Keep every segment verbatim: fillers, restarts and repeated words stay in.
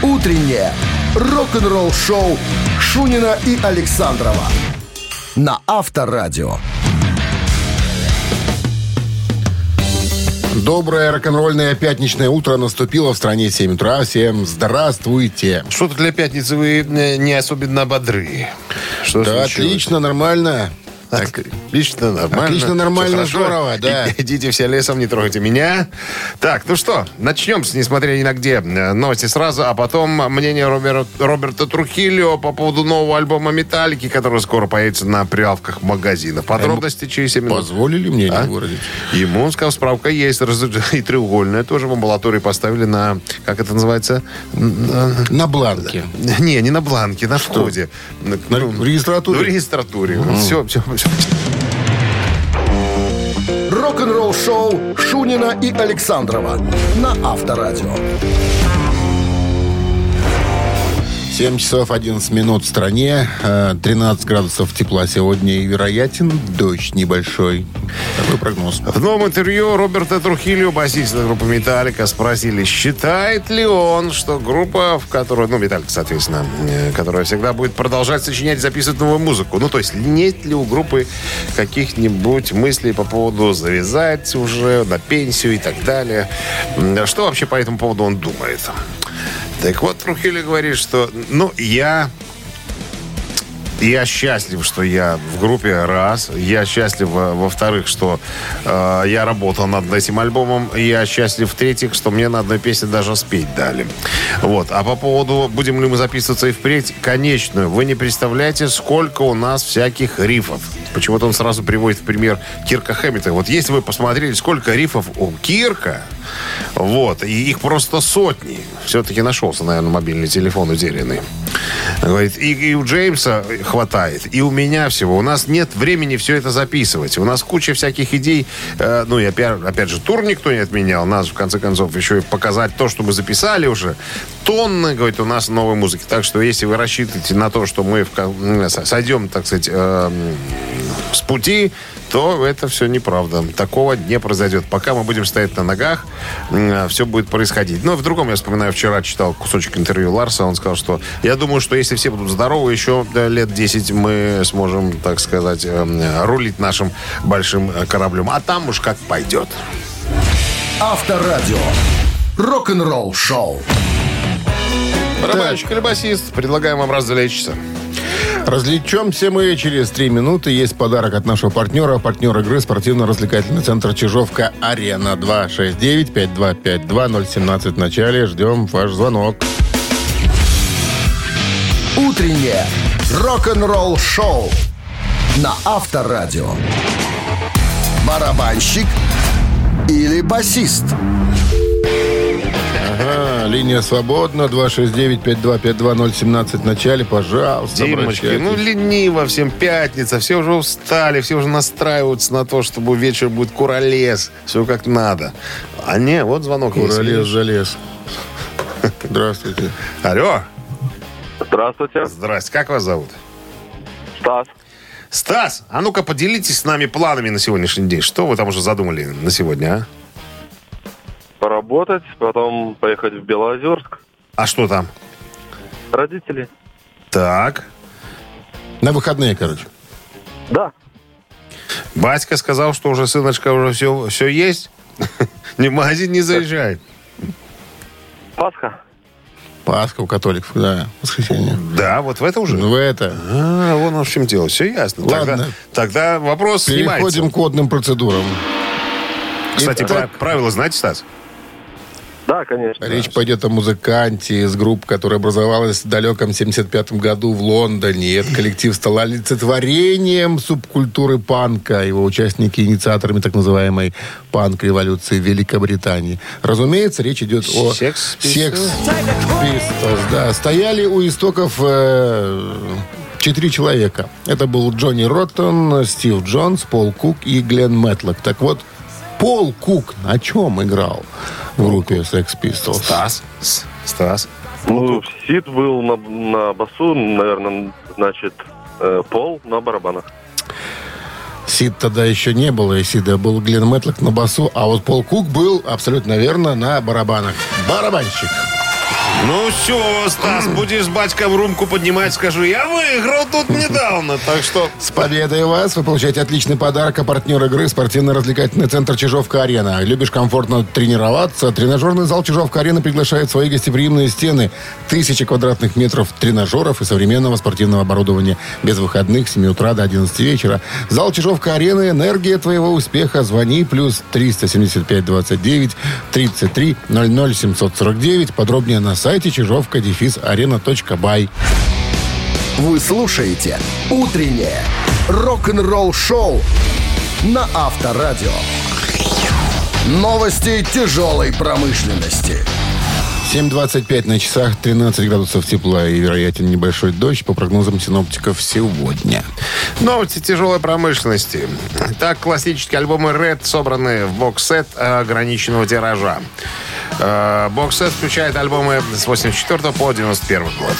Утреннее рок-н-ролл-шоу Шунина и Александрова на Авторадио. Доброе рок-н-ролльное пятничное утро наступило в стране семь утра. Всем здравствуйте. Что-то для пятницы вы не особенно бодры. Что да, случилось? Отлично, нормально. Так, отлично, нормально. Отлично, нормально, здорово, да. Идите все лесом, не трогайте меня. Так, ну что, начнем с «Несмотря ни на где». Новости сразу, а потом мнение Роберта, Роберта Трухильо по поводу нового альбома «Металлики», который скоро появится на прилавках магазинов. Подробности через семь минут. Позволили мне а? не выразить? Ему, он сказал, справка есть. И треугольная тоже в амбулатории поставили на, как это называется? На бланке. Не, не на бланке, на Что? входе. На, в регистратуре? В регистратуре. Mm. Все, все, все. Рок-н-ролл-шоу Шунина и Александрова на Авторадио. семь часов одиннадцать минут в стране, тринадцать градусов тепла сегодня и вероятен дождь небольшой. Такой прогноз. В новом интервью Роберта Трухильо, басиста группы «Металлика», спросили, считает ли он, что группа, в которой, ну, «Металлика», соответственно, которая всегда будет продолжать сочинять и записывать новую музыку. Ну, то есть, нет ли у группы каких-нибудь мыслей по поводу завязать уже на пенсию и так далее. Что вообще по этому поводу он думает? Так вот, Трухильо говорит, что, ну, я... Я счастлив, что я в группе, раз. Я счастлив, во-вторых, что э, я работал над этим альбомом. Я счастлив, в-третьих, что мне на одной песне даже спеть дали. Вот. А по поводу, будем ли мы записываться и впредь, конечную. Вы не представляете, сколько у нас всяких рифов. Почему-то он сразу приводит в пример Кирка Хэммета. Вот если вы посмотрели, сколько рифов у Кирка, вот, и их просто сотни. Все-таки нашелся, наверное, мобильный телефон утерянный. Говорит, и, и у Джеймса хватает, и у меня всего. У нас нет времени все это записывать. У нас куча всяких идей. Э, ну, и опять, опять же, тур никто не отменял. Нас, в конце концов, еще и показать то, что мы записали уже. Тонны, говорит, у нас новой музыки. Так что, если вы рассчитываете на то, что мы в, сойдем, так сказать, э, с пути, то это все неправда. Такого не произойдет. Пока мы будем стоять на ногах, все будет происходить. Но в другом, я вспоминаю, вчера читал кусочек интервью Ларса, он сказал, что я думаю, что если все будут здоровы, еще лет десять мы сможем, так сказать, рулить нашим большим кораблем. А там уж как пойдет. Авторадио. Рок-н-ролл шоу. Барабанщик или басист, предлагаем вам развлечься. Развлечемся мы через три минуты. Есть подарок от нашего партнера. Партнер игры спортивно-развлекательный центр «Чижовка-Арена». два шесть девять пять два пять два ноль семнадцать в начале. Ждем ваш звонок. Утреннее рок-н-ролл шоу на Авторадио. Барабанщик или басист? Ага, линия свободна. два шесть девять пять два пять два ноль семнадцать в начале. Пожалуйста, Димочки, обращайтесь. ну лениво всем, пятница, все уже устали, все уже настраиваются на то, чтобы вечер будет куролес, все как надо. А не, вот звонок. Куролес залез. Здравствуйте. Алло. Здравствуйте. Здрасте, как вас зовут? Стас. Стас, а ну-ка поделитесь с нами планами на сегодняшний день. Что вы там уже задумали на сегодня, а? Поработать, потом поехать в Белоозерск. А что там? Родители. Так. На выходные, короче. Да. Батька сказал, что уже, сыночка, уже все, все есть. Ни в магазин не заезжай. Пасха. Пасха у католиков, да, воскресенье. Да, вот в это уже? Ну, в это. А, вон он в чем дело. Все ясно. Ладно. Тогда, тогда вопрос Переходим снимается. к кодным процедурам. Кстати, Итак, прав- правила знаете, Стас? Да, конечно. Речь пойдет о музыканте из группы, которая образовалась в далеком семьдесят пятом году в Лондоне. Этот коллектив стал олицетворением субкультуры панка. Его участники инициаторами так называемой панк-революции в Великобритании. Разумеется, речь идет о Sex Sex Pistols. Да, стояли у истоков э, четыре человека. Это был Джонни Роттон, Стив Джонс, Пол Кук и Глен Мэтлок. Так вот, Пол Кук на чем играл в группе Sex Pistols? Стас. С- Стас. Ну, Сид был на, на басу, наверное, значит, э, Пол на барабанах. Сид тогда еще не было, и Сида был Глен Мэтлок на басу, а вот Пол Кук был абсолютно верно на барабанах. Барабанщик. Ну все, Стас, будешь батькам рюмку поднимать, скажу, я выиграл тут недавно, так что... С победой вас! Вы получаете отличный подарок, а партнер игры — спортивно-развлекательный центр «Чижовка-арена». Любишь комфортно тренироваться? Тренажерный зал «Чижовка-арена» приглашает в свои гостеприимные стены. Тысячи квадратных метров тренажеров и современного спортивного оборудования. Без выходных с семи утра до одиннадцати вечера. Зал «Чижовка-арена» — энергия твоего успеха. Звони плюс триста семьдесят пять двадцать девять тридцать три ноль ноль семьсот сорок девять. Подробнее на сайте чижовка дефис арена точка бай. Вы слушаете «Утреннее рок-н-ролл-шоу» на Авторадио. Новости тяжелой промышленности. семь двадцать пять на часах, тринадцать градусов тепла и вероятен небольшой дождь по прогнозам синоптиков сегодня. Новости тяжелой промышленности. Так, классические альбомы Red собраны в бокс-сет ограниченного тиража. Э, бокс-сет включает альбомы с восемьдесят четвёртого по девяносто первый год.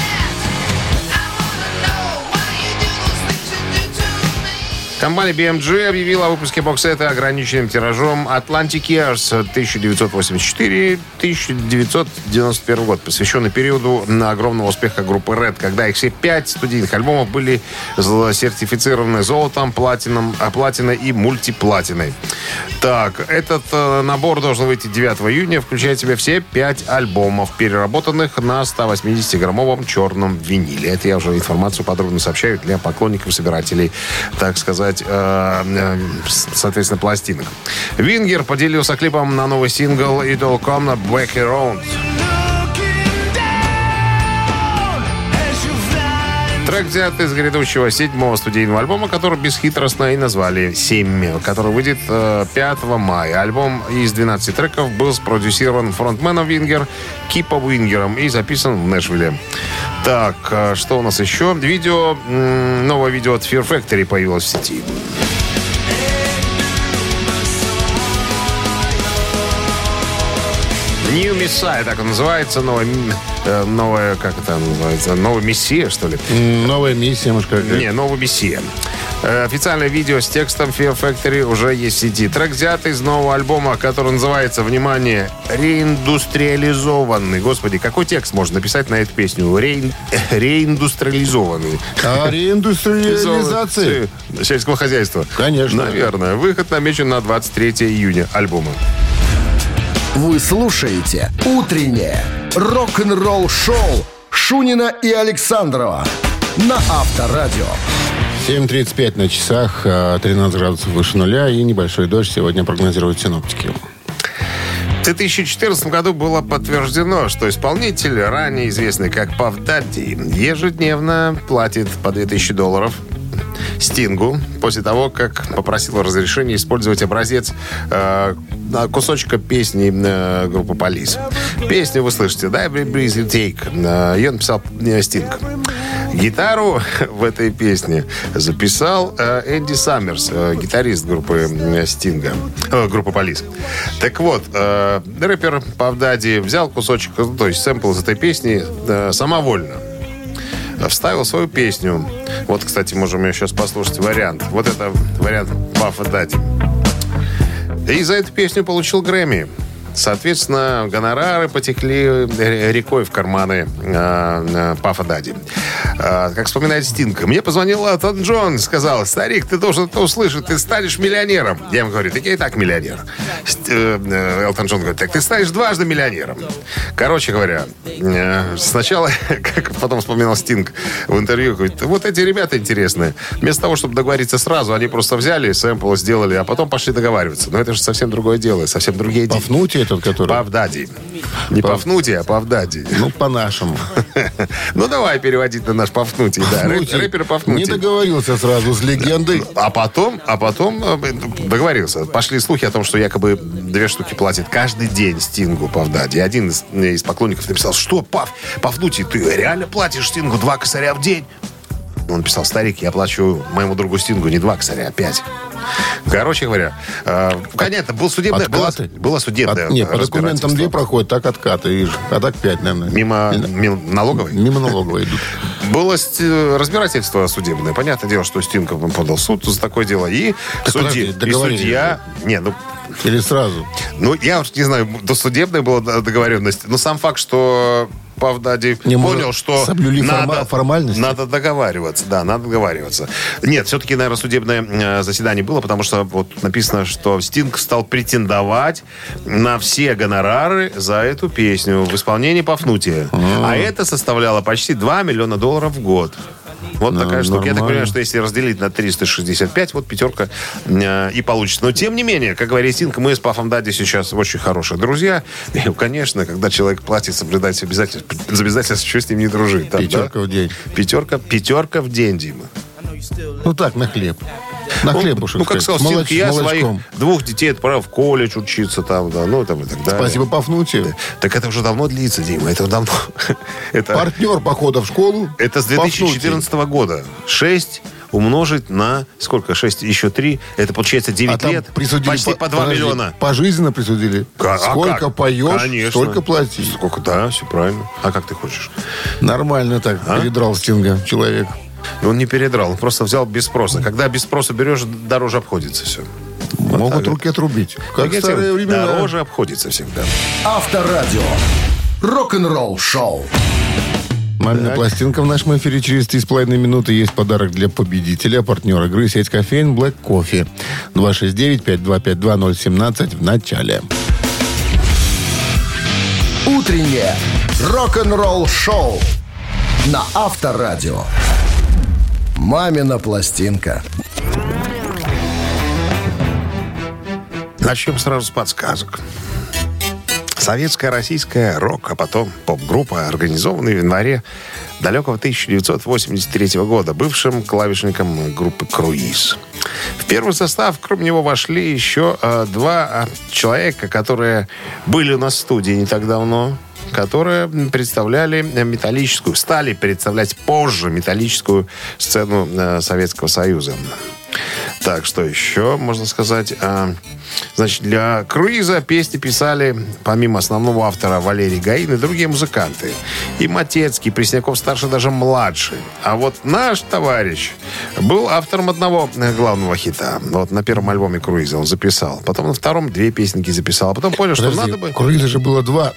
Компания би эм джи объявила о выпуске бокс-сета ограниченным тиражом Atlantic Years тысяча девятьсот восемьдесят четыре — тысяча девятьсот девяносто первый год, посвященный периоду огромного успеха группы Red, когда их все пять студийных альбомов были сертифицированы золотом, платином, платиной и мультиплатиной. Так, этот э, набор должен выйти девятого июня, включая в себя все пять альбомов, переработанных на сто восьмидесятиграммовом черном виниле. Это я уже информацию подробно сообщаю для поклонников, собирателей, так сказать, соответственно, пластинок. Вингер поделился клипом на новый сингл «It All Come Back Around». Трек взят из грядущего седьмого студийного альбома, который бесхитростно и назвали «семь», который выйдет пятого мая. Альбом из двенадцати треков был спродюсирован фронтменом Вингер Кипом Вингером и записан в Нэшвилле. Так, что у нас еще? Видео, новое видео от Fear Factory появилось в сети. New Messiah, так он называется, новая, э, новая, как это называется, новая Мессия, что ли? Новая миссия, может, как-то. Не, новая Мессия. Э, официальное видео с текстом Fear Factory уже есть в сети. Трек взят из нового альбома, который называется, внимание, «Реиндустриализованный». Господи, какой текст можно написать на эту песню? Реин... Реиндустриализованный. А реиндустриализация сельского хозяйства. Конечно. Наверное. Выход намечен на двадцать третьего июня альбома. Вы слушаете «Утреннее рок-н-ролл-шоу» Шунина и Александрова на Авторадио. семь тридцать пять на часах, тринадцать градусов выше нуля и небольшой дождь сегодня прогнозируют синоптики. В две тысячи четырнадцатом году было подтверждено, что исполнитель, ранее известный как Puff Daddy, ежедневно платит по две тысячи долларов Стингу после того, как попросил разрешения использовать образец э, кусочка песни э, группы Police. Песню вы слышите, да, «Every Breath You Take». Э, ее написал э, Стинг. Гитару в этой песне записал э, Энди Саммерс, э, гитарист группы э, Стинга, э, группы Police. Так вот, э, рэпер Puff Daddy взял кусочек, то есть сэмпл из этой песни э, самовольно. Вставил свою песню. Вот, кстати, можем ее сейчас послушать вариант. Вот это вариант Паффа Дади. И за эту песню получил Грэмми. Соответственно, гонорары потекли рекой в карманы э, Паффа Дади. Э, как вспоминает Стинг, мне позвонил Элтон Джон, сказал: старик, ты должен это услышать, ты станешь миллионером. Я ему говорю: так я и так миллионер. Элтон Джон говорит: так ты станешь дважды миллионером. Короче говоря, э, сначала, как потом вспоминал Стинг в интервью, говорит: вот эти ребята интересные. Вместо того, чтобы договориться сразу, они просто взяли, сэмпл сделали, а потом пошли договариваться. Но это же совсем другое дело, совсем другие деньги. Пафнутий этот, который... Паф Дади. Не Паф... Пафнутий, а Паф Дади. Ну, по-нашему. Ну, давай переводить на наш Пафнутий. Да, рэпер Пафнутий. Не договорился сразу с легендой. А потом, а потом договорился. Пошли слухи о том, что якобы две штуки платит каждый день Стингу Паф Дади. Один из, из поклонников написал: что, Паф, Пафнутий, ты реально платишь Стингу два косаря в день? Он написал: старик, я плачу моему другу Стингу не два косаря, а пять. Короче говоря, э, понятно, был судебный, была, была судебная. От, нет, по документам две проходят, так откаты, видишь, а так пять, наверное. Мимо, мимо налоговой? Мимо налоговой идут. Было разбирательство судебное. Понятное дело, что Стинг подал в суд за такое дело. И, так, судьи, подожди, и судья... Не, ну, Или сразу? Ну, я уж не знаю, досудебная была договоренность, но сам факт, что Павдади Не, понял, что соблюли надо, форма- формальности. надо договариваться. Да, надо договариваться. Нет, все-таки, наверное, судебное э, заседание было, потому что вот написано, что Стинг стал претендовать на все гонорары за эту песню в исполнении Пафнутия. А, а это составляло почти два миллиона долларов в год. Вот Ну, такая штука. Я так нормально. понимаю, что если разделить на триста шестьдесят пять, вот пятерка э, и получится. Но, тем не менее, как говорит Стинг, мы с Пафом Дади сейчас очень хорошие друзья. И, конечно, когда человек платит, соблюдать обязательства, за обязательства, что с ним не дружить. Там, Пятерка да? в день. Пятерка, пятерка в день, Дима. Ну так, на хлеб. На Ну, хлебушек. ну, как сказал сказать, Стинг, я с своих молочком. двух детей отправил в колледж учиться там, да, ну, там и так далее. Спасибо Пафнутию. Так это уже давно длится, Дима, это давно. это, Партнер похода в школу. это с две тысячи четырнадцатого года. шесть умножить на сколько? шесть, еще три. Это получается девять А там лет. присудили Почти по два подожди, миллиона. Пожизненно присудили. Ка- а Сколько как? поешь, Конечно. столько плати. Сколько, да, все правильно. А как ты хочешь? Нормально так А? передрал Стинга человек. Он не передрал, он просто взял без спроса. Когда без спроса берешь, дороже обходится все. Могут так руки отрубить. Как в старые времена. Дороже обходится всегда. Авторадио. Рок-н-ролл шоу. Мамина пластинка в нашем эфире через три с половиной минуты. Есть подарок для победителя. Партнер игры сеть кофеин Black Coffee. два шесть девять пять два пять два ноль один семь в начале. Утреннее рок-н-ролл шоу на Авторадио. Мамина пластинка. Начнем сразу с подсказок. Советская, российская рок, а потом поп-группа, организованная в январе далекого тысяча девятьсот восемьдесят третьего года бывшим клавишником группы «Круиз». В первый состав, кроме него, вошли еще э, два человека, которые были у нас в студии не так давно, которые представляли металлическую, стали представлять позже металлическую сцену э, Советского Союза. Так, что еще можно сказать? А, значит, для «Круиза» песни писали, помимо основного автора, Валерий Гаин и другие музыканты. И Матецкий, Пресняков-старший, даже младший. А вот наш товарищ был автором одного главного хита. Вот на первом альбоме «Круиза» он записал. Потом на втором две песенки записал. А потом понял, что Подожди, надо бы... Круиза же было два.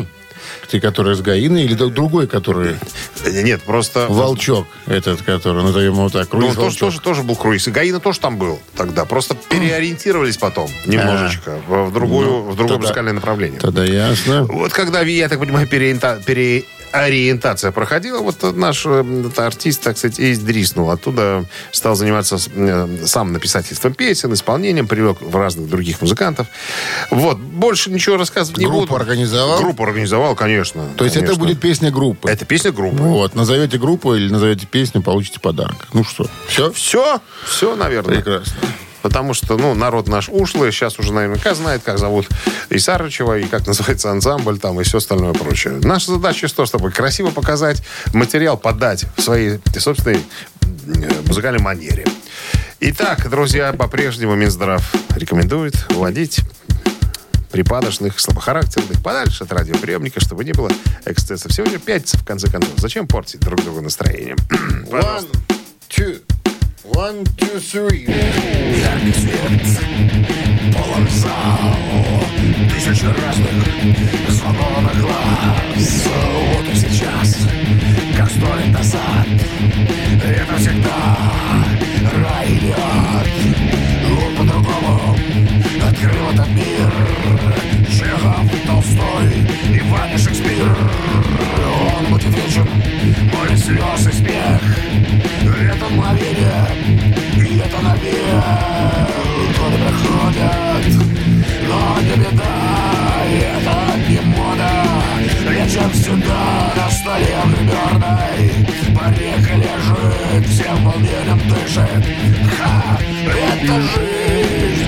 Ты, который с Гаиной, или другой, который... Нет, просто... Волчок этот, который, назовем его так, Ну, Круиз он тоже, Волчок. тоже, тоже был «Круиз». И Гаина тоже там был тогда. Просто переориентировались потом немножечко в, в, другую, Ну, в другое тогда- музыкальное направление. Тогда ясно. Вот когда, я так понимаю, переориента- переориентация проходила, вот наш э, артист, так сказать, и сдриснул. Оттуда стал заниматься э, сам написательством песен, исполнением, привлек в разных других музыкантов. Вот. Больше ничего рассказывать не буду. Группу организовал? Группу организовал, конечно. То есть это конечно. будет песня группы. Это песня группы. Вот, назовете группу или назовете песню, получите подарок. Ну что, все? Все? Все, наверное. Прекрасно. Потому что, ну, народ наш ушлый, сейчас уже наверняка знает, как зовут и Сарычева, и как называется ансамбль, там, и все остальное прочее. Наша задача что, чтобы красиво показать, материал подать в своей собственной музыкальной манере. Итак, друзья, по-прежнему Минздрав рекомендует вводить припадочных, слабохарактерных подальше от радиоприемника, чтобы не было эксцессов. Сегодня пятница, в конце концов. Зачем портить друг другу настроение? One, two, one, two, three. Яркий свет, полон зал, тысячи разных свободных глаз. Вот и сейчас, как сто лет назад, это всегда рай идет. Он по-другому открыл этот мир. Чехов, Толстой и Ваня Шекспир. Он будет вечен, море слез и смех. Это мгновение, и это навек. Годы проходят, но не беда. И это не мода. Вечер сюда, на столе гримерной. Поехали жить, всем волнением дышит. Ха, это жизнь.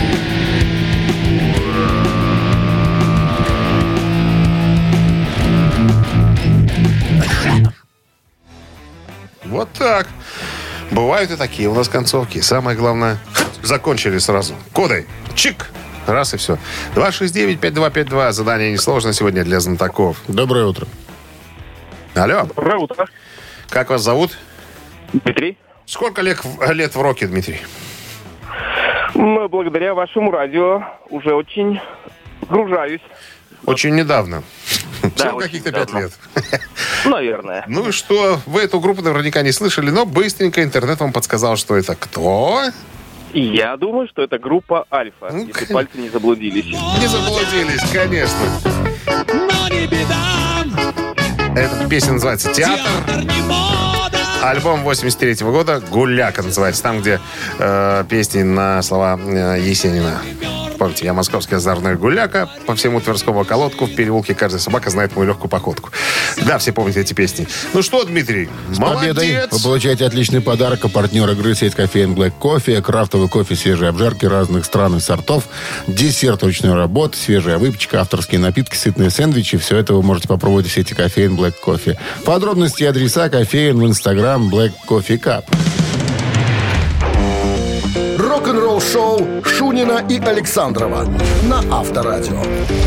Вот так. Бывают и такие у нас концовки. Самое главное, закончили сразу. Кодой. Чик. Раз и все. два шесть девять пять два пять два. Задание несложно сегодня для знатоков. Доброе утро. Алло. Доброе утро. Как вас зовут? Дмитрий. Сколько лет, лет в роке, Дмитрий? Ну, благодаря вашему радио уже очень погружаюсь. Очень недавно. Да, Всего каких-то пять лет. Наверное. Ну и что? Вы эту группу наверняка не слышали, но быстренько интернет вам подсказал, что это кто? И я думаю, что это группа «Альфа», Ну, если пальцы не заблудились. Не заблудились, конечно. Но не беда, Эта песня называется «Театр». театр не мода. Альбом восемьдесят третьего года «Гуляка» называется. Там, где э, песни на слова э, Есенина. Помните, я московский озорной гуляка, по всему Тверскому околотку, в переулке каждая собака знает мою легкую походку. Да, все помните эти песни. Ну что, Дмитрий, С победой! молодец! Вы получаете отличный подарок. А партнер игры сеть кофеин Black Coffee. Крафтовый кофе, свежие обжарки разных стран и сортов. Десерт ручной работы, свежая выпечка, авторские напитки, сытные сэндвичи. Все это вы можете попробовать в сети кофеин Black Coffee. Подробности и адреса кофеин в Инстаграм Black Coffee Cup. Рок-н-ролл шоу Шунина и Александрова на Авторадио.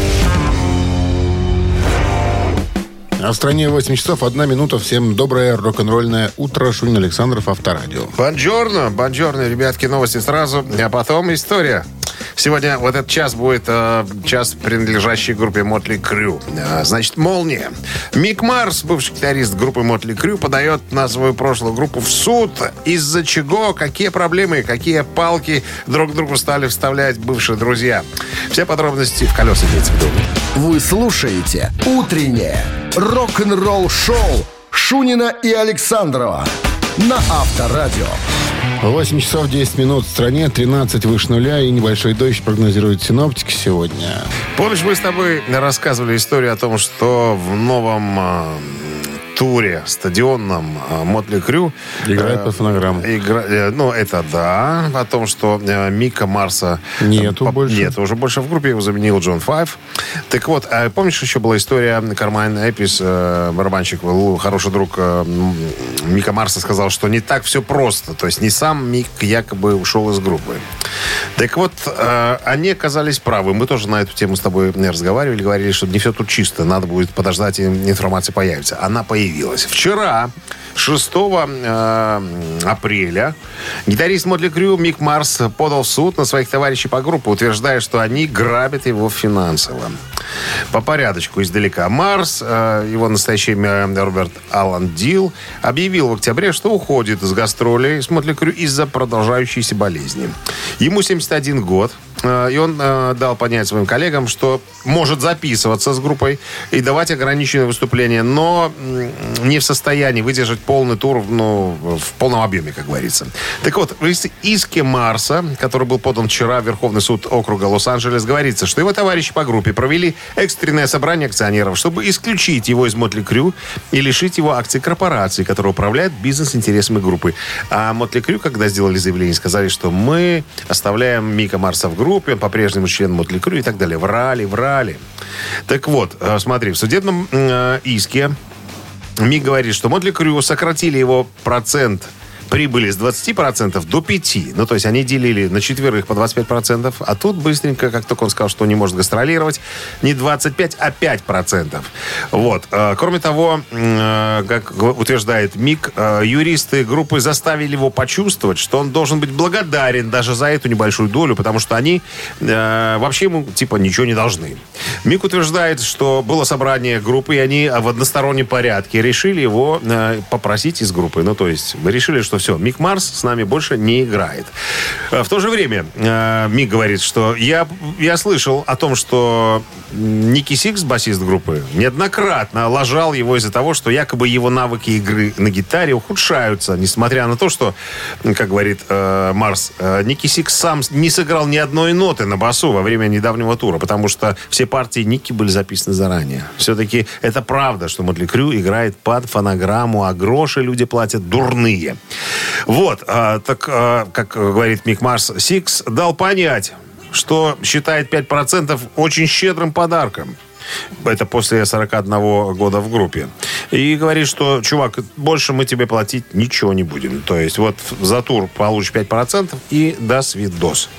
А в стране восемь часов одна минута. Всем доброе рок-н-ролльное утро. Шунин, Александров, Авторадио. Бонжорно, бонжорно, ребятки, новости сразу, а потом история. Сегодня вот этот час будет э, час, принадлежащий группе Мотли Крю. Э, значит, молния. Мик Марс, бывший гитарист группы Мотли Крю, подает на свою прошлую группу в суд, из-за чего, какие проблемы, какие палки друг другу стали вставлять бывшие друзья. Все подробности в колеса имеется в виду. Вы слушаете «Утреннее рок-н-ролл-шоу» Шунина и Александрова на Авторадио. восемь часов десять минут в стране, тринадцать выше нуля и небольшой дождь прогнозируют синоптики сегодня. Помнишь, мы с тобой рассказывали историю о том, что в новом э, туре стадионном э, Мотли Крю Играет под фонограмму. Игра... э, Ну, это да. О том, что э, Мика Марса... Нету э, больше. Нет, уже больше в группе. Его заменил Джон Файв. Так вот, э, помнишь, еще была история, Кармайн Эпис, э, барабанщик, хороший друг э, Мика Марса, сказал, что не так все просто. То есть не сам Мик якобы ушел из группы. Так вот, э, они оказались правы. Мы тоже на эту тему с тобой разговаривали, говорили, что не все тут чисто. Надо будет подождать, и информация появится. Она появилась. Вчера, шестого апреля, гитарист Мотли Крю Мик Марс подал в суд на своих товарищей по группе, утверждая, что они грабят его финансово. По порядочку издалека. Марс, его настоящее имя Роберт Аллан Дил, объявил в октябре, что уходит из гастролей с Мотли Крю из-за продолжающейся болезни. Ему семьдесят один год. И он э, дал понять своим коллегам, что может записываться с группой и давать ограниченные выступления, но не в состоянии выдержать полный тур, ну, в полном объеме, как говорится. Так вот, в иске Марса, который был подан вчера в Верховный суд округа Лос-Анджелес, говорится, что его товарищи по группе провели экстренное собрание акционеров, чтобы исключить его из Мотли Крю и лишить его акций корпорации, которая управляет бизнес-интересами группы. А Мотли Крю, когда сделали заявление, сказали, что мы оставляем Мика Марса в группе, группе, он по-прежнему член Мотли Крю и так далее. Врали, врали. Так вот, смотри, в судебном э, иске Мик говорит, что Мотли Крю сократили его процент прибыли с двадцати процентов до пяти процентов. Ну, то есть они делили на четверых по двадцать пять процентов. А тут быстренько, как только он сказал, что не может гастролировать, не двадцать пять, а пять процентов. Вот. Кроме того, как утверждает Мик, юристы группы заставили его почувствовать, что он должен быть благодарен даже за эту небольшую долю, потому что они вообще ему, типа, ничего не должны. Мик утверждает, что было собрание группы, и они в одностороннем порядке решили его попросить из группы. Ну, то есть мы решили, что все, Мик Марс с нами больше не играет. В то же время э, Мик говорит, что я, я слышал о том, что Ники Сикс, басист группы, неоднократно лажал его из-за того, что якобы его навыки игры на гитаре ухудшаются, несмотря на то, что, как говорит э, Марс, э, Ники Сикс сам не сыграл ни одной ноты на басу во время недавнего тура, потому что все партии Ники были записаны заранее. Все-таки это правда, что Мотли Крю играет под фонограмму, а гроши люди платят дурные. Вот, а, так, а, как говорит Мик Марс, Сикс дал понять, что считает пять процентов очень щедрым подарком. Это после сорока одного года в группе. И говорит, что, чувак, больше мы тебе платить ничего не будем. То есть вот за тур получишь пять процентов и до свидос.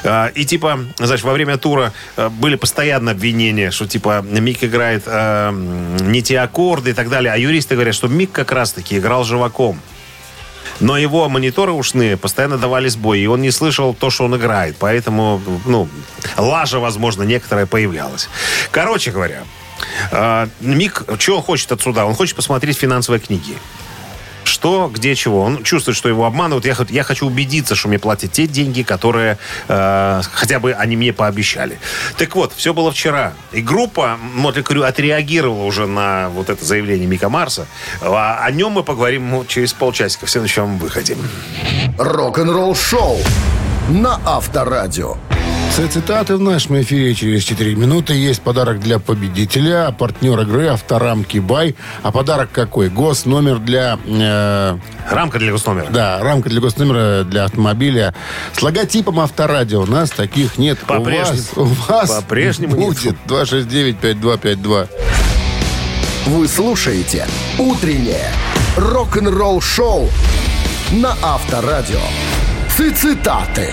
И типа, знаешь, во время тура были постоянно обвинения, что типа Мик играет э, не те аккорды и так далее. А юристы говорят, что Мик как раз-таки играл живаком. Но его мониторы ушные постоянно давали сбой, и он не слышал то, что он играет. Поэтому, ну, лажа, возможно, некоторая появлялась. Короче говоря, э, Мик, что он хочет отсюда? Он хочет посмотреть финансовые книги. Что, где, чего. Он чувствует, что его обманывают. Я, я хочу убедиться, что мне платят те деньги, которые э, хотя бы они мне пообещали. Так вот, все было вчера. И группа Мотли Крю отреагировала уже на вот это заявление Мика Марса. А, о нем мы поговорим ну, через полчасика в следующем выходе. Рок-н-ролл шоу на Авторадио. Цитаты в нашем эфире через четыре минуты. Есть подарок для победителя. А партнер игры «Авторамки Бай». А подарок какой? Госномер для... Э, рамка для госномера. Да, рамка для госномера для автомобиля с логотипом «Авторадио». У нас таких нет. По-прежнему. У вас, у вас По-прежнему будет нет. два шесть девять пять два пять два. Вы слушаете «Утреннее рок-н-ролл-шоу» на Авторадио. Цитаты.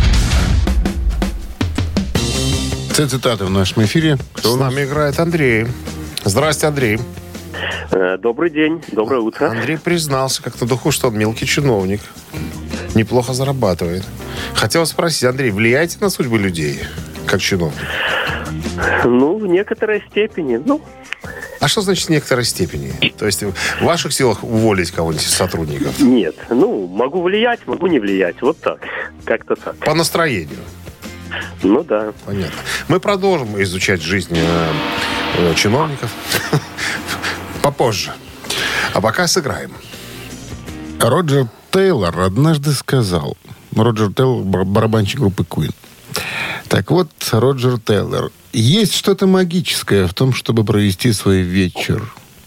Цитаты в нашем эфире. С нами играет Андрей. Здрасте, Андрей. Добрый день, доброе утро. Андрей признался как на духу, что он мелкий чиновник. Неплохо зарабатывает. Хотел спросить, Андрей, влияете на судьбы людей, как чиновник? Ну, в некоторой степени. Ну, А что значит в некоторой степени? То есть в ваших силах уволить кого-нибудь из сотрудников? нет. Ну, могу влиять, могу не влиять. Вот так. Как-то так. По настроению. Ну, да. Понятно. Мы продолжим изучать жизнь э, э, чиновников попозже. А пока сыграем. Роджер Тейлор однажды сказал. Роджер Тейлор, бар- барабанщик группы Queen. Так вот, Роджер Тейлор. Есть что-то магическое в том, чтобы провести свой вечер.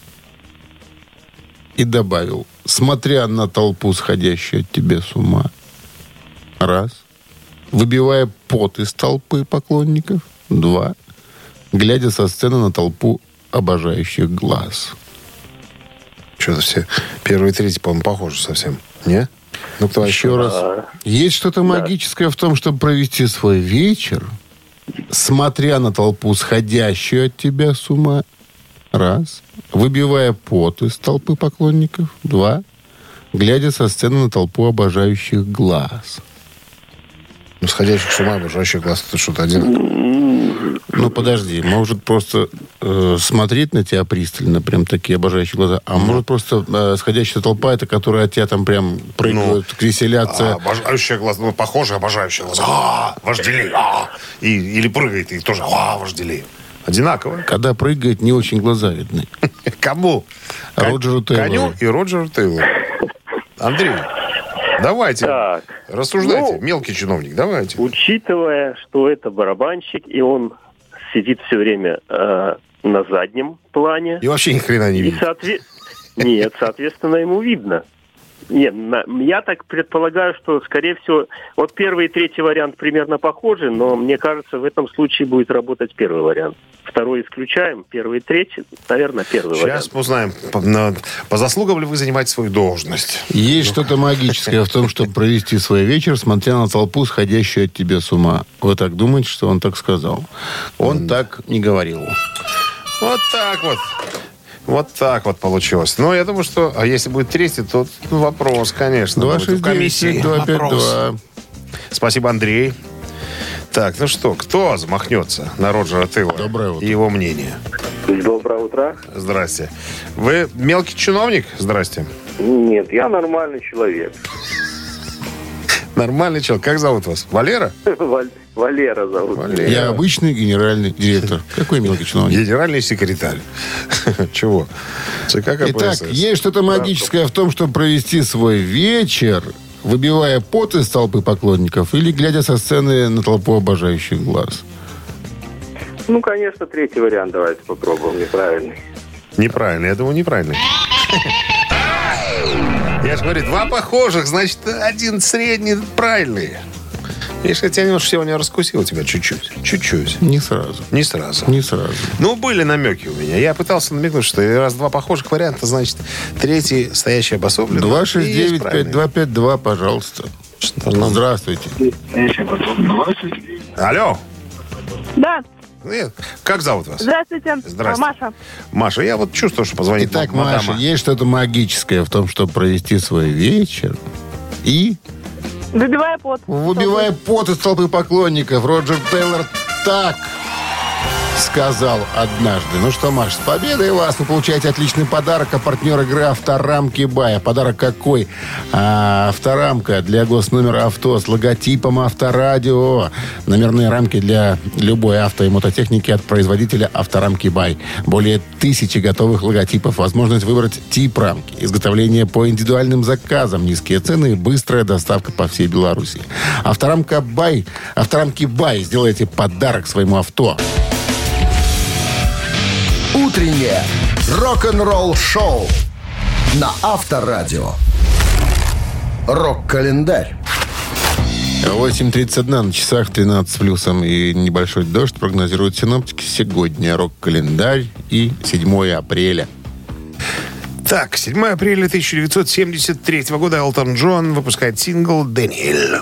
И добавил. Смотря на толпу, сходящую от тебя с ума. Раз. Выбивая пот из толпы поклонников. Два. Глядя со сцены на толпу обожающих глаз. Что-то все первые и третьи, по-моему, похожи совсем. Не? Ну, кто Еще еще? раз. Есть что-то магическое в том, чтобы провести свой вечер, смотря на толпу, сходящую от тебя с ума. Раз. Выбивая пот из толпы поклонников. Два. Глядя со сцены на толпу обожающих глаз. Ну, сходящих с ума, обожающих глаз, это что-то один. Ну, подожди. Может просто э, смотреть на тебя пристально, прям такие обожающие глаза. А может просто э, сходящая толпа, это которая от тебя там прям прыгают, Ну, веселятся. А, обожающие глаза, ну, похоже, обожающие глаза. А, вожделей. А, и, или прыгает, и тоже а, вожделей. Одинаково. Когда прыгает, не очень глаза видны. Кому? Роджеру Тейлору. Коню и Роджеру Тейлору. Андрей, давайте, Так. рассуждайте. Ну, Мелкий чиновник, давайте. Учитывая, что это барабанщик, и он сидит все время э, на заднем плане. И вообще ни хрена не И видит. соотве- Нет, соответственно, ему видно. Нет, на- я так предполагаю, что, скорее всего, вот первый и третий вариант примерно похожи, но мне кажется, в этом случае будет работать первый вариант. Второй исключаем, первый и третий, наверное, первый вариант. Сейчас узнаем, по, на- по заслугам ли вы занимаете свою должность. Есть что-то магическое в том, чтобы провести свой вечер, смотря на толпу, сходящую от тебя с ума. Вы так думаете, что он так сказал? Он так не говорил. Вот так вот. Вот так вот получилось. Но я думаю, что... А если будет третий, то ну, вопрос, конечно. два будет в шесть девять комиссии. пять два пять Вопрос. два. Спасибо, Андрей. Так, ну что, кто замахнется на Роджера Тейлора? Доброе утро. И его мнение. Доброе утро. Здрасте. Вы мелкий чиновник? Здрасте. Нет, я нормальный человек. Нормальный человек. Как зовут вас? Валера? Валера зовут. Валера. Я обычный генеральный директор. Какой мелкий чиновник? Генеральный секретарь. Чего? ЦК Итак, КПСС. есть что-то магическое в том, чтобы провести свой вечер, выбивая пот из толпы поклонников или глядя со сцены на толпу обожающих глаз. Ну, конечно, третий вариант давайте попробуем, неправильный. Неправильно. Я думаю, неправильно. Я же говорю, два похожих, значит, один средний, правильный. Видишь, я тебя немножко сегодня раскусил тебя чуть-чуть. Чуть-чуть. Не сразу. Не сразу. Не сразу. Ну, были намеки у меня. Я пытался намекнуть, что раз два похожих варианта, значит, третий стоящий обособленно. два шесть девять пять два пять два, пожалуйста. Здравствуйте. Алло. Да, Нет. Как зовут вас? Здравствуйте. Здравствуйте. Маша. Маша, я вот чувствую, что позвонит Итак, м- мадама. Маша, есть что-то магическое в том, чтобы провести свой вечер и... Выбивая пот. Выбивая пот из толпы поклонников, Роджер Тейлор так сказал однажды. Ну что, Маш, с победой вас! Вы получаете отличный подарок, а партнер игры «Авторамки Бай». Подарок какой? А, авторамка для госномера авто с логотипом «Авторадио». Номерные рамки для любой авто и мототехники от производителя «Авторамки Бай». Более тысячи готовых логотипов. Возможность выбрать тип рамки. Изготовление по индивидуальным заказам. Низкие цены и быстрая доставка по всей Беларуси. «Авторамка Бай». «Авторамки Бай». Сделайте подарок своему авто. Утреннее рок-н-ролл-шоу на Авторадио. Рок-календарь. восемь тридцать один на часах, тринадцать с плюсом и небольшой дождь прогнозируют синоптики. Сегодня рок-календарь и седьмое апреля. Так, седьмое апреля тысяча девятьсот семьдесят третьего года Элтон Джон выпускает сингл «Дэниэль».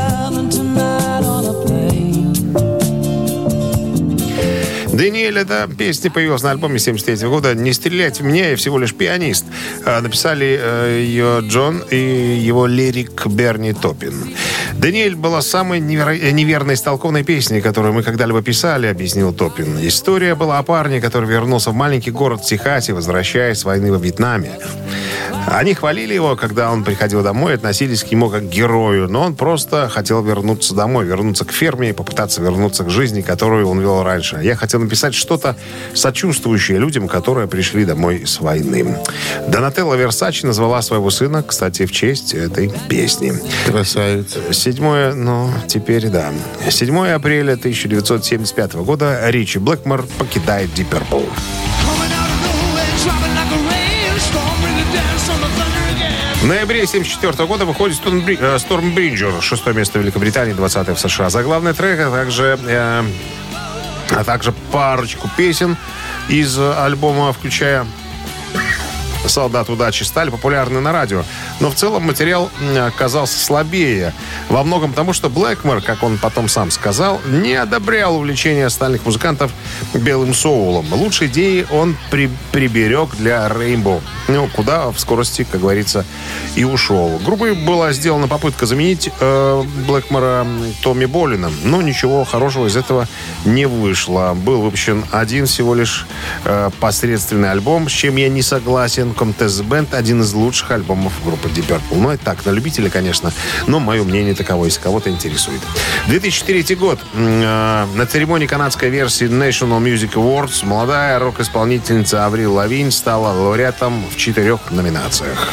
«Дэниэль» — это песня, появилась на альбоме семьдесят третьего года «Не стрелять в меня, я всего лишь пианист». Написали ее Джон и его лирик Берни Топпин. «Дэниэль» была самой неверо- неверной истолкованной песней, которую мы когда-либо писали, объяснил Топпин. История была о парне, который вернулся в маленький город в Техасе, возвращаясь с войны во Вьетнаме. Они хвалили его, когда он приходил домой, относились к нему как к герою, но он просто хотел вернуться домой, вернуться к ферме и попытаться вернуться к жизни, которую он вел раньше. Я хотел написать что-то сочувствующее людям, которые пришли домой с войны. Донателла Версачи назвала своего сына, кстати, в честь этой песни. Красавица. Седьмое, ну, теперь да. седьмое апреля тысяча девятьсот семьдесят пятого года Ричи Блэкмор покидает Deep Purple. В ноябре семьдесят четвёртого года выходит Stormbreaker, шестое место в Великобритании, двадцатое в США. Заглавный трек, а также, э, а также парочку песен из альбома, включая «Солдат удачи», стали популярны на радио. Но в целом материал оказался слабее. Во многом потому, что Блэкмор, как он потом сам сказал, не одобрял увлечение остальных музыкантов белым соулом. Лучшие идеи он при, приберег для Rainbow. Ну, куда в скорости, как говорится, и ушел. Группой была сделана попытка заменить э, Блэкмора Томми Болином, но ничего хорошего из этого не вышло. Был выпущен один всего лишь э, посредственный альбом, с чем я не согласен. Comtesse Band — один из лучших альбомов группы Deep Purple. Ну, это так, на любителя, конечно, но мое мнение таково, если кого-то интересует. две тысячи третий год. Э, на церемонии канадской версии National Music Awards молодая рок-исполнительница Аврил Лавинь стала лауреатом в четырех номинациях.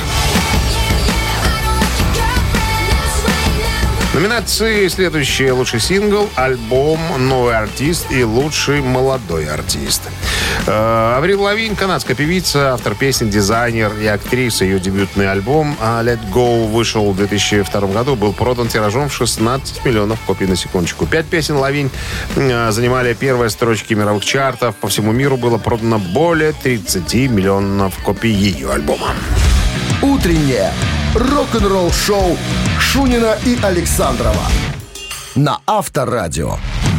Номинации следующие: лучший сингл, альбом, новый артист и лучший молодой артист. Э, Аврил Лавинь — канадская певица, автор песен, дизайнер и актриса. Ее дебютный альбом «Let Go» вышел в две тысячи втором году. Был продан тиражом в шестнадцать миллионов копий, на секундочку. Пять песен Лавинь э, занимали первые строчки мировых чартов. По всему миру было продано более тридцать миллионов копий ее альбома. Утреннее рок-н-ролл-шоу Шунина и Александрова на Авторадио.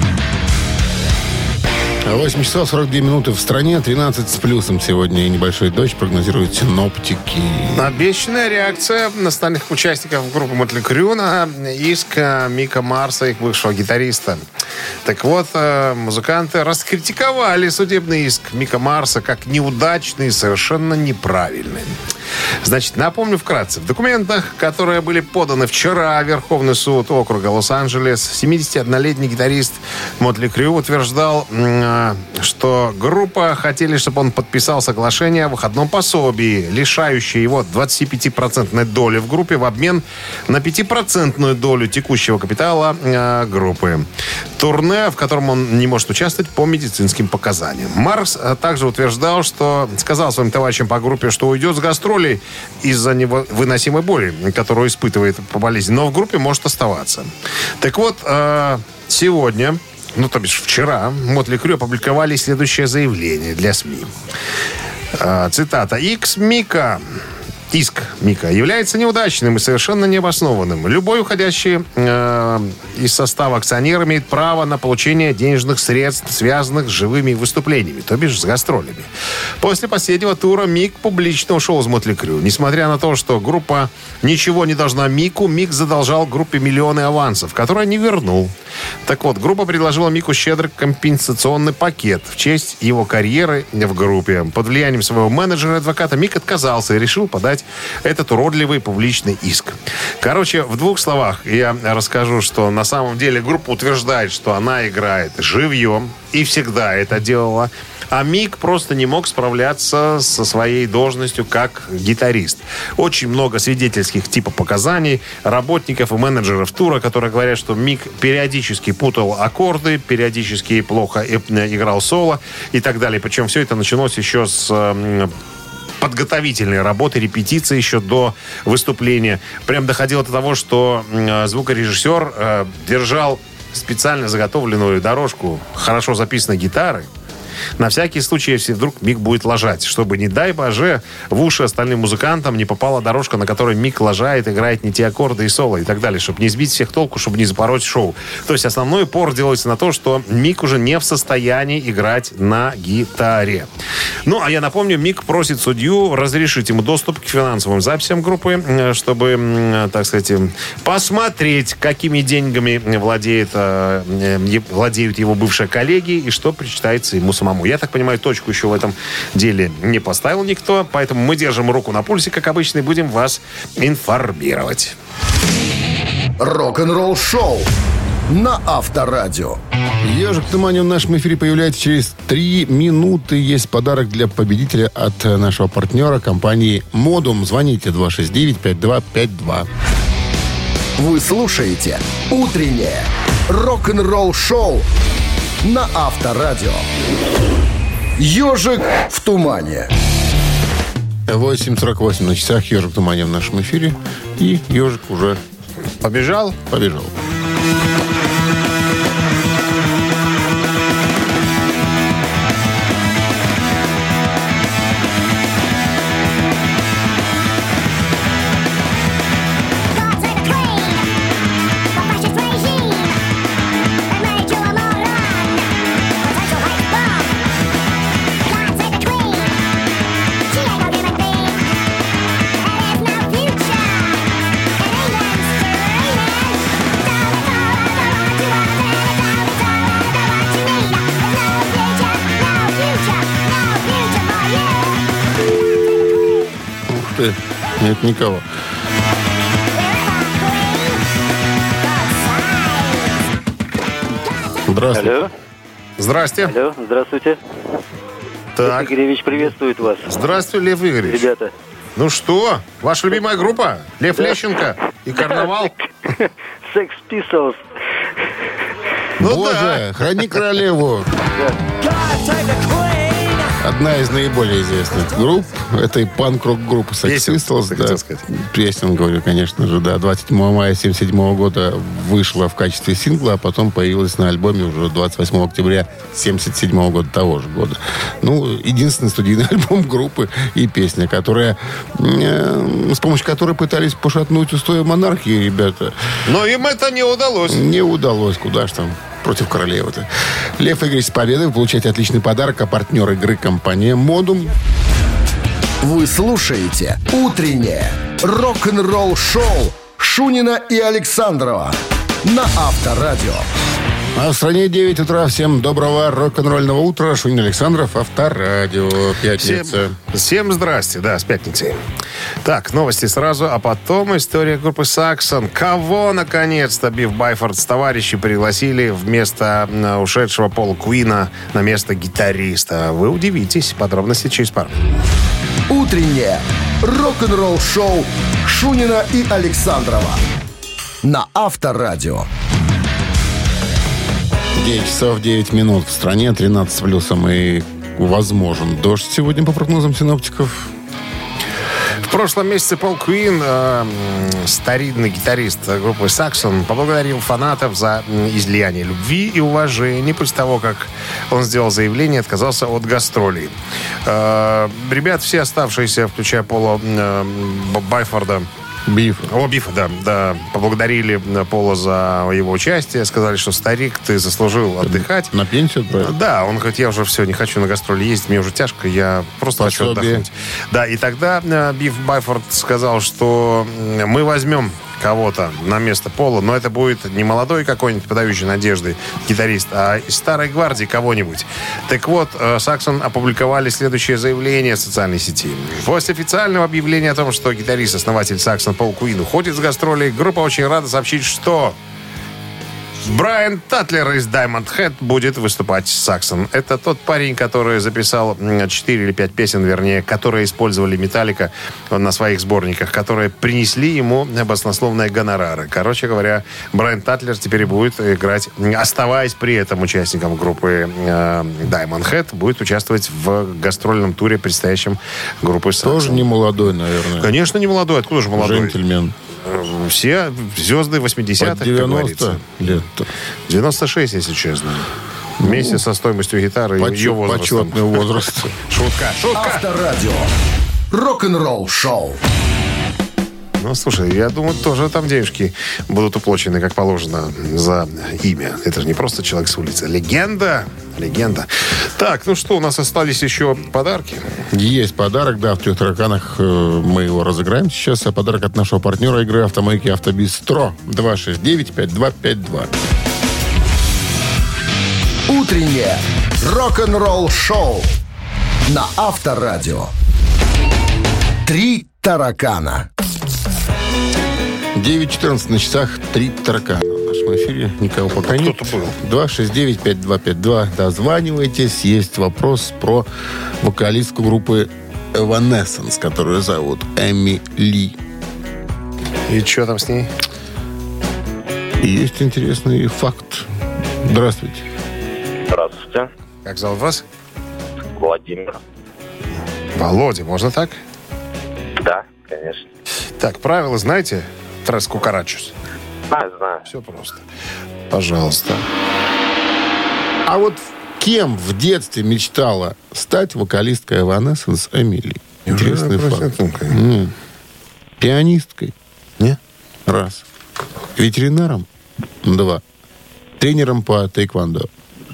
восемь часов сорок две минуты в стране, тринадцать с плюсом сегодня и небольшой дождь прогнозируют синоптики. Обещанная реакция остальных участников группы Мотли Крю на иск Мика Марса, их бывшего гитариста. Так вот, музыканты раскритиковали судебный иск Мика Марса как неудачный и совершенно неправильный. Значит, напомню вкратце. В документах, которые были поданы вчера в Верховный суд округа Лос-Анджелес, семидесятиоднолетний гитарист Мотли Крю утверждал, что группа хотели, чтобы он подписал соглашение о выходном пособии, лишающее его двадцатипятипроцентной доли в группе в обмен на пятипроцентную долю текущего капитала э, группы. Турне, в котором он не может участвовать по медицинским показаниям. Марс также утверждал, что сказал своим товарищам по группе, что уйдет с гастролей из-за невыносимой боли, которую испытывает по болезни, но в группе может оставаться. Так вот, э, сегодня, ну, то бишь вчера, Мотли Крю опубликовали следующее заявление для СМИ. Э, цитата. «Икс Мика иск Мика является неудачным и совершенно необоснованным. Любой уходящий э, из состава акционер имеет право на получение денежных средств, связанных с живыми выступлениями, то бишь с гастролями. После последнего тура Мик публично ушел из Мотли Крю. Несмотря на то, что группа ничего не должна Мику, Мик задолжал группе миллионы авансов, которые не вернул. Так вот, группа предложила Мику щедрый компенсационный пакет в честь его карьеры в группе. Под влиянием своего менеджера и адвоката Мик отказался и решил подать этот уродливый публичный иск. Короче, в двух словах я расскажу, что на самом деле группа утверждает, что она играет живьем и всегда это делала. А Мик просто не мог справляться со своей должностью как гитарист. Очень много свидетельских типа показаний работников и менеджеров тура, которые говорят, что Мик периодически путал аккорды, периодически плохо играл соло и так далее. Причем все это началось еще с подготовительной работы, репетиции еще до выступления. Прям доходило до того, что звукорежиссер э, держал специально заготовленную дорожку хорошо записанной гитары, на всякий случай, если вдруг Мик будет лажать, чтобы, не дай боже, в уши остальным музыкантам не попала дорожка, на которой Мик лажает, играет не те аккорды и соло и так далее, чтобы не сбить всех толку, чтобы не запороть шоу. То есть основной упор делается на то, что Мик уже не в состоянии играть на гитаре. Ну, а я напомню, Мик просит судью разрешить ему доступ к финансовым записям группы, чтобы, так сказать, посмотреть, какими деньгами владеет, владеют его бывшие коллеги и что причитается ему самому. Я так понимаю, точку еще в этом деле не поставил никто, поэтому мы держим руку на пульсе, как обычно, и будем вас информировать. Рок-н-ролл шоу на Авторадио. «Ежик в тумане» в нашем эфире появляется через три минуты. Есть подарок для победителя от нашего партнера компании «Модум». Звоните два шесть девять пять два пять два. Вы слушаете «Утреннее рок-н-ролл шоу» на Авторадио. «Ежик в тумане». восемь сорок восемь на часах. «Ежик в тумане» в нашем эфире. И ежик уже Побежал? побежал. Нет никого. Здравствуйте. Алло. Здрасте. Алло, здравствуйте. Так. Лев Игоревич приветствует вас. Здравствуй, Лев Игоревич. Ребята. Ну что, ваша любимая группа? Лев Лещенко и Карнавал? Sex Pistols. Ну Боже, да. храни королеву. Одна из наиболее известных групп. Это и панк-рок группа Sex Песен, Pistols. ты Да. хотел сказать. Песен, говорю, конечно же, да. двадцать седьмого мая тысяча девятьсот семьдесят седьмого года вышла в качестве сингла, а потом появилась на альбоме уже двадцать восьмого октября тысяча девятьсот семьдесят седьмого года того же года. Ну, единственный студийный альбом группы и песня, которая, э, с помощью которой пытались пошатнуть устои монархии, ребята. Но им это не удалось. Не удалось. Куда ж там против королевы-то. Лев Игоревич, с победой. Вы получаете отличный подарок. А партнер игры — компания «Модум». Вы слушаете «Утреннее рок-н-ролл-шоу» Шунина и Александрова на Авторадио. А в стране девять утра. Всем доброго рок-н-ролльного утра. Шунин, Александров, Авторадио. Пятница. Всем, всем здрасте, да, с пятницей. Так, новости сразу, а потом история группы Саксон. Кого, наконец-то, Биф Байфорд с товарищи пригласили вместо ушедшего Пола Куина на место гитариста? Вы удивитесь. Подробности через пару. Утреннее рок-н-ролл-шоу Шунина и Александрова на Авторадио. девять часов девять минут. В стране тринадцать с плюсом и возможен дождь сегодня по прогнозам синоптиков. В прошлом месяце Пол Куин, э, старинный гитарист группы Saxon, поблагодарил фанатов за излияние любви и уважения после того, как он сделал заявление и отказался от гастролей. Э, ребят, все оставшиеся, включая Пола э, Байфорда, Биф. О, Бифа, да, да. Поблагодарили Пола за его участие. Сказали, что старик, ты заслужил отдыхать. На пенсию отправил? Да, он говорит, я уже все, не хочу на гастроли ездить, мне уже тяжко, я просто Пособие. хочу отдохнуть. Да, и тогда э, Биф Байфорд сказал, что э, мы возьмем кого-то на место Пола, но это будет не молодой какой-нибудь подающий надежды гитарист, а из старой гвардии кого-нибудь. Так вот, Saxon опубликовали следующее заявление в социальной сети. После официального объявления о том, что гитарист-основатель Saxon Пол Куин уходит с гастролей, группа очень рада сообщить, что Брайан Татлер из Diamond Head будет выступать с Saxon. Это тот парень, который записал четыре или пять песен, вернее, которые использовали Металлика на своих сборниках, которые принесли ему баснословные гонорары. Короче говоря, Брайан Татлер теперь будет играть, оставаясь при этом участником группы э, Diamond Head, будет участвовать в гастрольном туре, предстоящем группы Saxon. Тоже не молодой, наверное. Конечно, не молодой. Откуда же молодой? Джентльмен. Все звезды восьмидесятых, Под девяносто лет. девяносто шесть, если честно. Вместе со стоимостью гитары и ее возрастом. Почетный возраст. Шутка, шутка. Авторадио. Рок-н-ролл шоу. Ну, слушай, я думаю, тоже там денежки будут уплочены, как положено, за имя. Это же не просто человек с улицы. Легенда. Легенда. Так, ну что, у нас остались еще подарки. Есть подарок, да, в трех тараканах э, мы его разыграем сейчас. А подарок от нашего партнера игры «Автомойки Автобистро». два шесть девять пять два пять два. Утреннее рок-н-ролл шоу на Авторадио. Три таракана. девять четырнадцать на часах, три таракана. В нашем эфире никого пока нет. Кто-то был. два шесть девять пять два пять два. Дозванивайтесь. Есть вопрос про вокалистку группы Evanescence, которую зовут Эми Ли. И что там с ней? И есть интересный факт. Здравствуйте. Здравствуйте. Как зовут вас? Владимир. Володя, можно так? Да, конечно. Так, правила знаете? Трес кукарачус. А, знаю. Все просто. Пожалуйста. А вот кем в детстве мечтала стать вокалистка Evanescence Эми Ли? Интересный факт. М. Пианисткой. Не? Раз. Ветеринаром. Два. Тренером по тэквондо.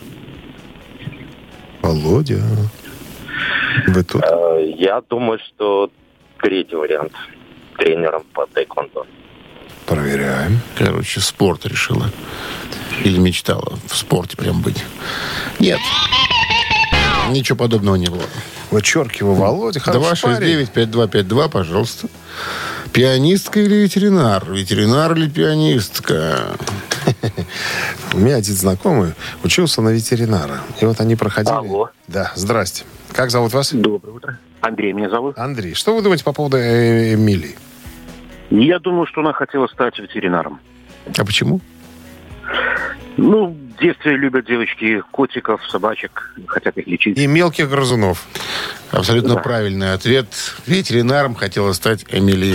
Володя. Вы тут? Э, Я думаю, что третий вариант. Тренером по тэквондо. Проверяем. Короче, спорт решила. Или мечтала в спорте прям быть. Нет. Ничего подобного не было. Вычеркиваю, Володя. два Хороший шесть парень. девять пять два пять два, пожалуйста. Пианистка или ветеринар? Ветеринар или пианистка? У меня один знакомый учился на ветеринара. И вот они проходили... Алло. Да, здрасте. Как зовут вас? Доброе утро. Андрей меня зовут. Андрей. Что вы думаете по поводу э, Эмилии? Я думаю, что она хотела стать ветеринаром. А почему? Ну, в детстве любят девочки котиков, собачек, хотят их лечить. И мелких грызунов. Абсолютно Да. правильный ответ. Ветеринаром хотела стать Эми Ли.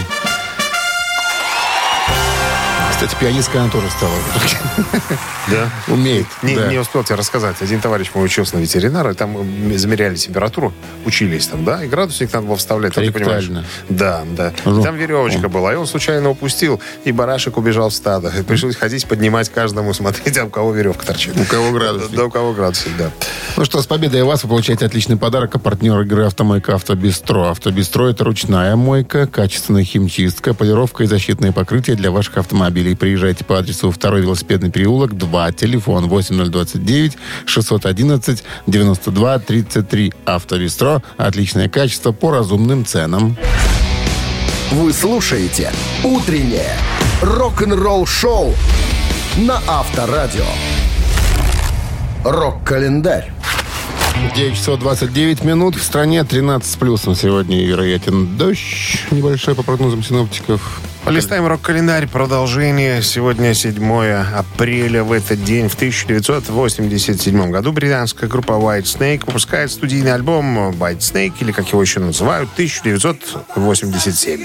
Кстати, пианисткой она тоже стала. Да. Умеет. Не, да. не успел тебе рассказать. Один товарищ мой учился на ветеринара, и там м, замеряли температуру, учились там, да, и градусник надо было вставлять. Там, ты понимаешь? Ректально. Да, да. Ну, И там веревочка была, и он случайно упустил, и барашек убежал в стадо. И пришлось ходить, поднимать каждому, смотреть, а у кого веревка торчит. У кого градусник. Да, у кого градусник, да. Ну что, с победой вас вы получаете отличный подарок. А партнер игры «Автомойка Автобистро». «Автобистро» — это ручная мойка, качественная химчистка, полировка и защитные покрытия для ваших автомобилей. Приезжайте по адресу второй велосипедный переулок, два, телефон восемь ноль двадцать девять шестьсот одиннадцать девяносто два тридцать три. «Автобистро» — отличное качество по разумным ценам. Вы слушаете «Утреннее рок-н-ролл-шоу» на Авторадио. Рок-календарь. девять часов двадцать девять минут. В стране тринадцать с плюсом. Сегодня вероятен дождь небольшой по прогнозам синоптиков. Листаем рок-календарь. Продолжение. Сегодня седьмое апреля. В этот день, в тысяча девятьсот восемьдесят седьмом году, британская группа White Snake выпускает студийный альбом White Snake, или как его еще называют, тысяча девятьсот восемьдесят семь.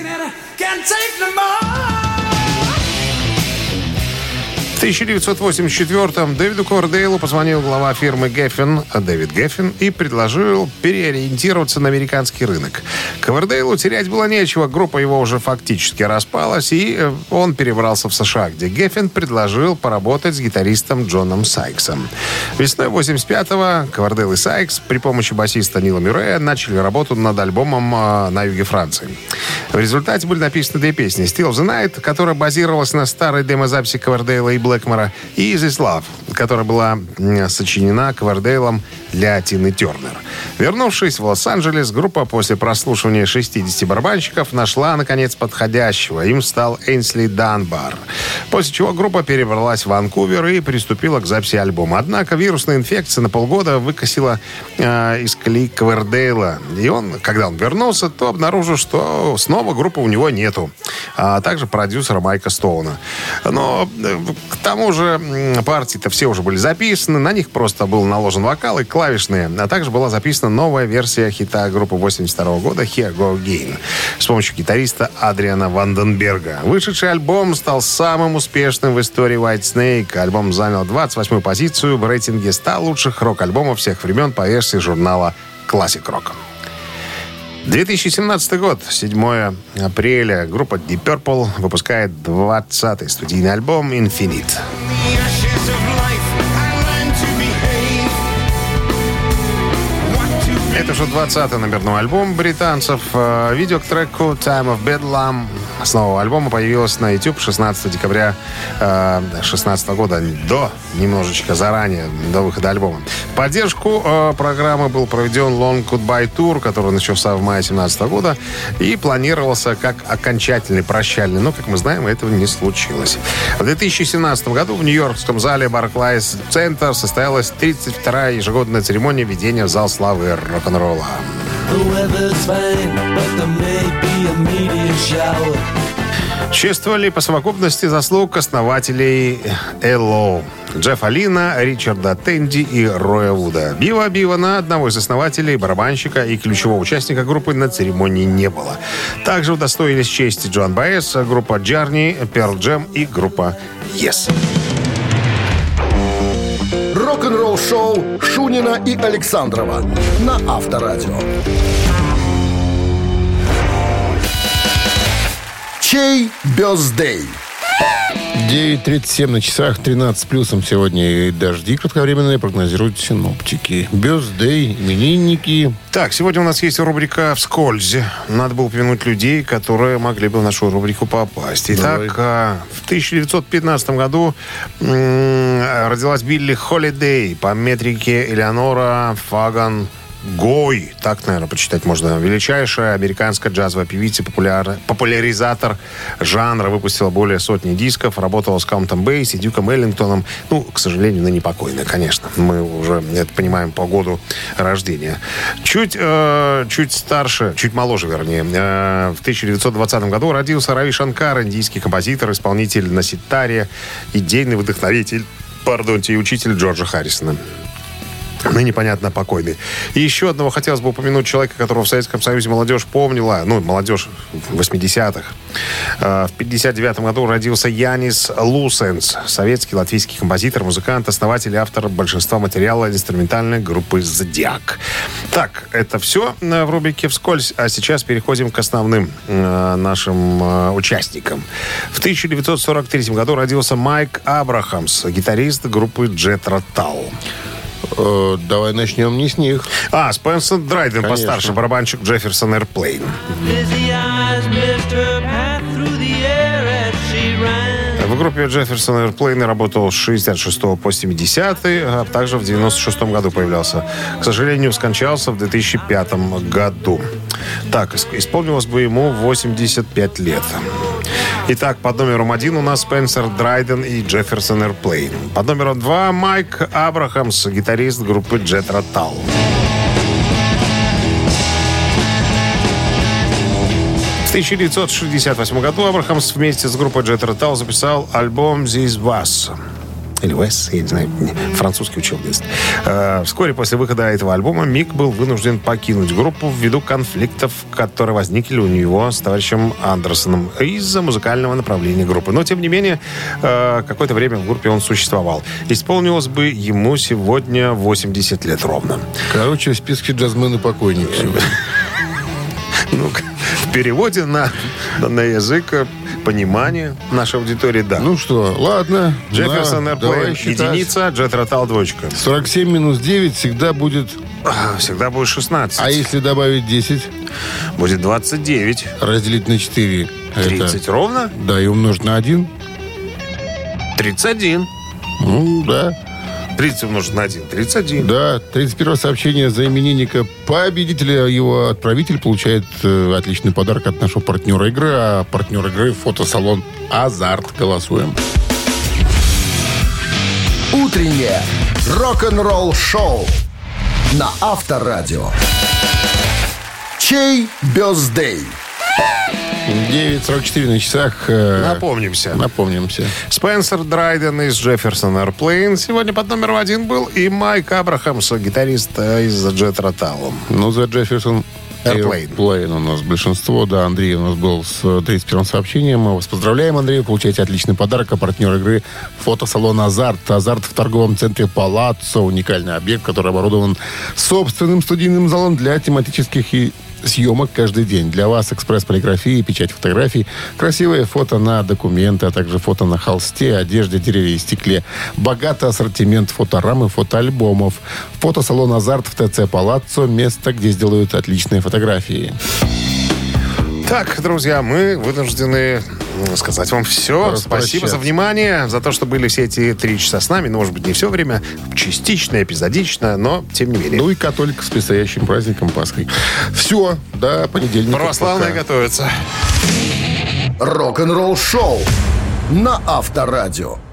В тысяча девятьсот восемьдесят четвёртом Дэвиду Ковердейлу позвонил глава фирмы Geffen, Дэвид Геффин, и предложил переориентироваться на американский рынок. Ковердейлу терять было нечего, группа его уже фактически распалась, и он перебрался в США, где Геффин предложил поработать с гитаристом Джоном Сайксом. Весной восемьдесят пятого Ковердейл и Сайкс при помощи басиста Нила Мюррея начали работу над альбомом на юге Франции. В результате были написаны две песни: «Still of the Night», которая базировалась на старой демозаписи Ковердейла и Блэкмора, и «Is This Love», которая была сочинена Ковердейлом для Тины Тернер. Вернувшись в Лос-Анджелес, группа после прослушивания шестидесяти барабанщиков нашла, наконец, подходящего. Им стал Эйнсли Данбар. После чего группа перебралась в Ванкувер и приступила к записи альбома. Однако вирусная инфекция на полгода выкосила э, из колеи Ковердейла. И он, когда он вернулся, то обнаружил, что снова группы у него нету. А также продюсера Майка Стоуна. Но э, к тому же партии-то все уже были записаны, на них просто был наложен вокал и клавишные, а также была записана новая версия хита группы восемьдесят второго года «Here Go Again» с помощью гитариста Адриана Ванденберга. Вышедший альбом стал самым успешным в истории White Snake. Альбом занял двадцать восьмую позицию в рейтинге ста лучших рок-альбомов всех времен по версии журнала Classic Rock. две тысячи семнадцатый год, седьмое апреля, группа Deep Purple выпускает двадцатый студийный альбом «Infinite». Это уже двадцатый номерной альбом британцев. Видео к треку «Time of Bedlam» с нового альбома появилось на YouTube шестнадцатого декабря две тысячи шестнадцатого года, до, немножечко заранее, до выхода альбома. В поддержку э, программы был проведен Long Goodbye Tour, который начался в мае две тысячи семнадцатого года и планировался как окончательный прощальный, но, как мы знаем, этого не случилось. В две тысячи семнадцатом году в нью-йоркском зале Barclays Center состоялась тридцать вторая ежегодная церемония введения в зал славы рок-н-ролла. Чествовали по совокупности заслуг основателей эл о: Джеффа Лина, Ричарда Тенди и Роя Вуда. Бива Бивана, одного из основателей, барабанщика и ключевого участника группы, на церемонии не было. Также удостоились чести Джоан Баэс, группа Journey, Pearl Jam и группа Yes. Рок-н-ролл шоу Шунина и Александрова на Авторадио. Чей бёздей? девять тридцать семь на часах, тринадцать плюсом сегодня, и дожди кратковременные прогнозируют синоптики. Бёздей, именинники. Так, сегодня у нас есть рубрика «Вскользь». Надо было упомянуть людей, которые могли бы в нашу рубрику попасть. Итак, Давай. в тысяча девятьсот пятнадцатом году м- родилась Билли Холидей по метрике Элеонора Фаган Гой, так, наверное, прочитать можно. Величайшая американская джазовая певица, популяр... популяризатор жанра, выпустила более сотни дисков, работала с Каунтом Бейси, Дюком Эллингтоном. Ну, к сожалению, ныне покойная, конечно. Мы уже это понимаем по году рождения. Чуть, э, чуть старше, чуть моложе, вернее. Э, в тысяча девятьсот двадцатом году родился Рави Шанкар, индийский композитор, исполнитель на ситаре, идейный вдохновитель, пардонте, и учитель Джорджа Харрисона. Ныне, понятно, покойный. И еще одного хотелось бы упомянуть человека, которого в Советском Союзе молодежь помнила. Ну, молодежь восьмидесятых. В пятьдесят девятом году родился Янис Лусенс. Советский, латвийский композитор, музыкант, основатель и автор большинства материала инструментальной группы «Зодиак». Так, это все в рубрике «Вскользь». А сейчас переходим к основным э, нашим э, участникам. В тысяча девятьсот сорок третьем году родился Майк Абрахамс, гитарист группы Джethro Tull. Э, давай начнем не с них. А, Спенсер Драйден, постарше, барабанщик Jefferson Airplane. В группе Jefferson Airplane работал с шестьдесят шестого по семидесятый, а также в девяносто шестом году появлялся. К сожалению, скончался в две тысячи пятом году. Так, исполнилось бы ему восемьдесят пять лет. Итак, под номером один у нас Спенсер Драйден и Jefferson Airplane. Под номером два Майк Абрахамс, гитарист группы Джethro Tull. В В тысяча девятьсот шестьдесят восьмом году Абрахамс вместе с группой Jethro Tull записал альбом «This Was». Или Wes, я не знаю, французский учил в детстве. Э, вскоре после выхода этого альбома Мик был вынужден покинуть группу ввиду конфликтов, которые возникли у него с товарищем Андерсоном из-за музыкального направления группы. Но, тем не менее, э, какое-то время в группе он существовал. Исполнилось бы ему сегодня восемьдесят лет ровно. Короче, в списке джазмены-покойники сегодня. Ну, в переводе на, на язык понимания нашей аудитории, да. Ну что, ладно. Джефферсон да, Airplane единица, Jethro Tull двоечка. сорок семь минус девять всегда будет... А, всегда будет шестнадцать. А если добавить десять? Будет двадцать девять. Разделить на четыре. тридцать это... ровно? Да, и умножить на один. тридцать один. Ну, да. тридцать умножить на один. тридцать один. Да, тридцать первое сообщение за именинника победителя. Его отправитель получает э, отличный подарок от нашего партнера игры. А партнер игры — фотосалон «Азарт». Голосуем. Утреннее рок-н-ролл-шоу на Авторадио. Чей бёздей? девять сорок четыре на часах. Э, Напомнимся. Напомнимся. Спенсер Драйден из Джефферсон Airplane сегодня под номером один был. И Майк Абрахамс, гитарист из Jethro Tull. Ну, за Джефферсон Airplane. Airplane у нас большинство. Да, Андрей у нас был с тридцать первым сообщением. Мы вас поздравляем, Андрей. Вы получаете отличный подарок. А партнер игры — фотосалон «Азарт». «Азарт» в торговом центре «Палаццо». Уникальный объект, который оборудован собственным студийным залом для тематических и съемок каждый день. Для вас экспресс-полиграфии, печать фотографий, красивые фото на документы, а также фото на холсте, одежде, дереве и стекле. Богатый ассортимент фоторам и фотоальбомов. Фотосалон «Азарт» в ТЦ «Палаццо». Место, где сделают отличные фотографии. Так, друзья, мы вынуждены сказать вам все. Спасибо за внимание, за то, что были все эти три часа с нами. Ну, может быть, не все время, частично, эпизодично, но тем не менее. Ну и католик с предстоящим праздником Пасхой. Все, до понедельника. Православные готовятся. Рок-н-ролл-шоу на Авторадио.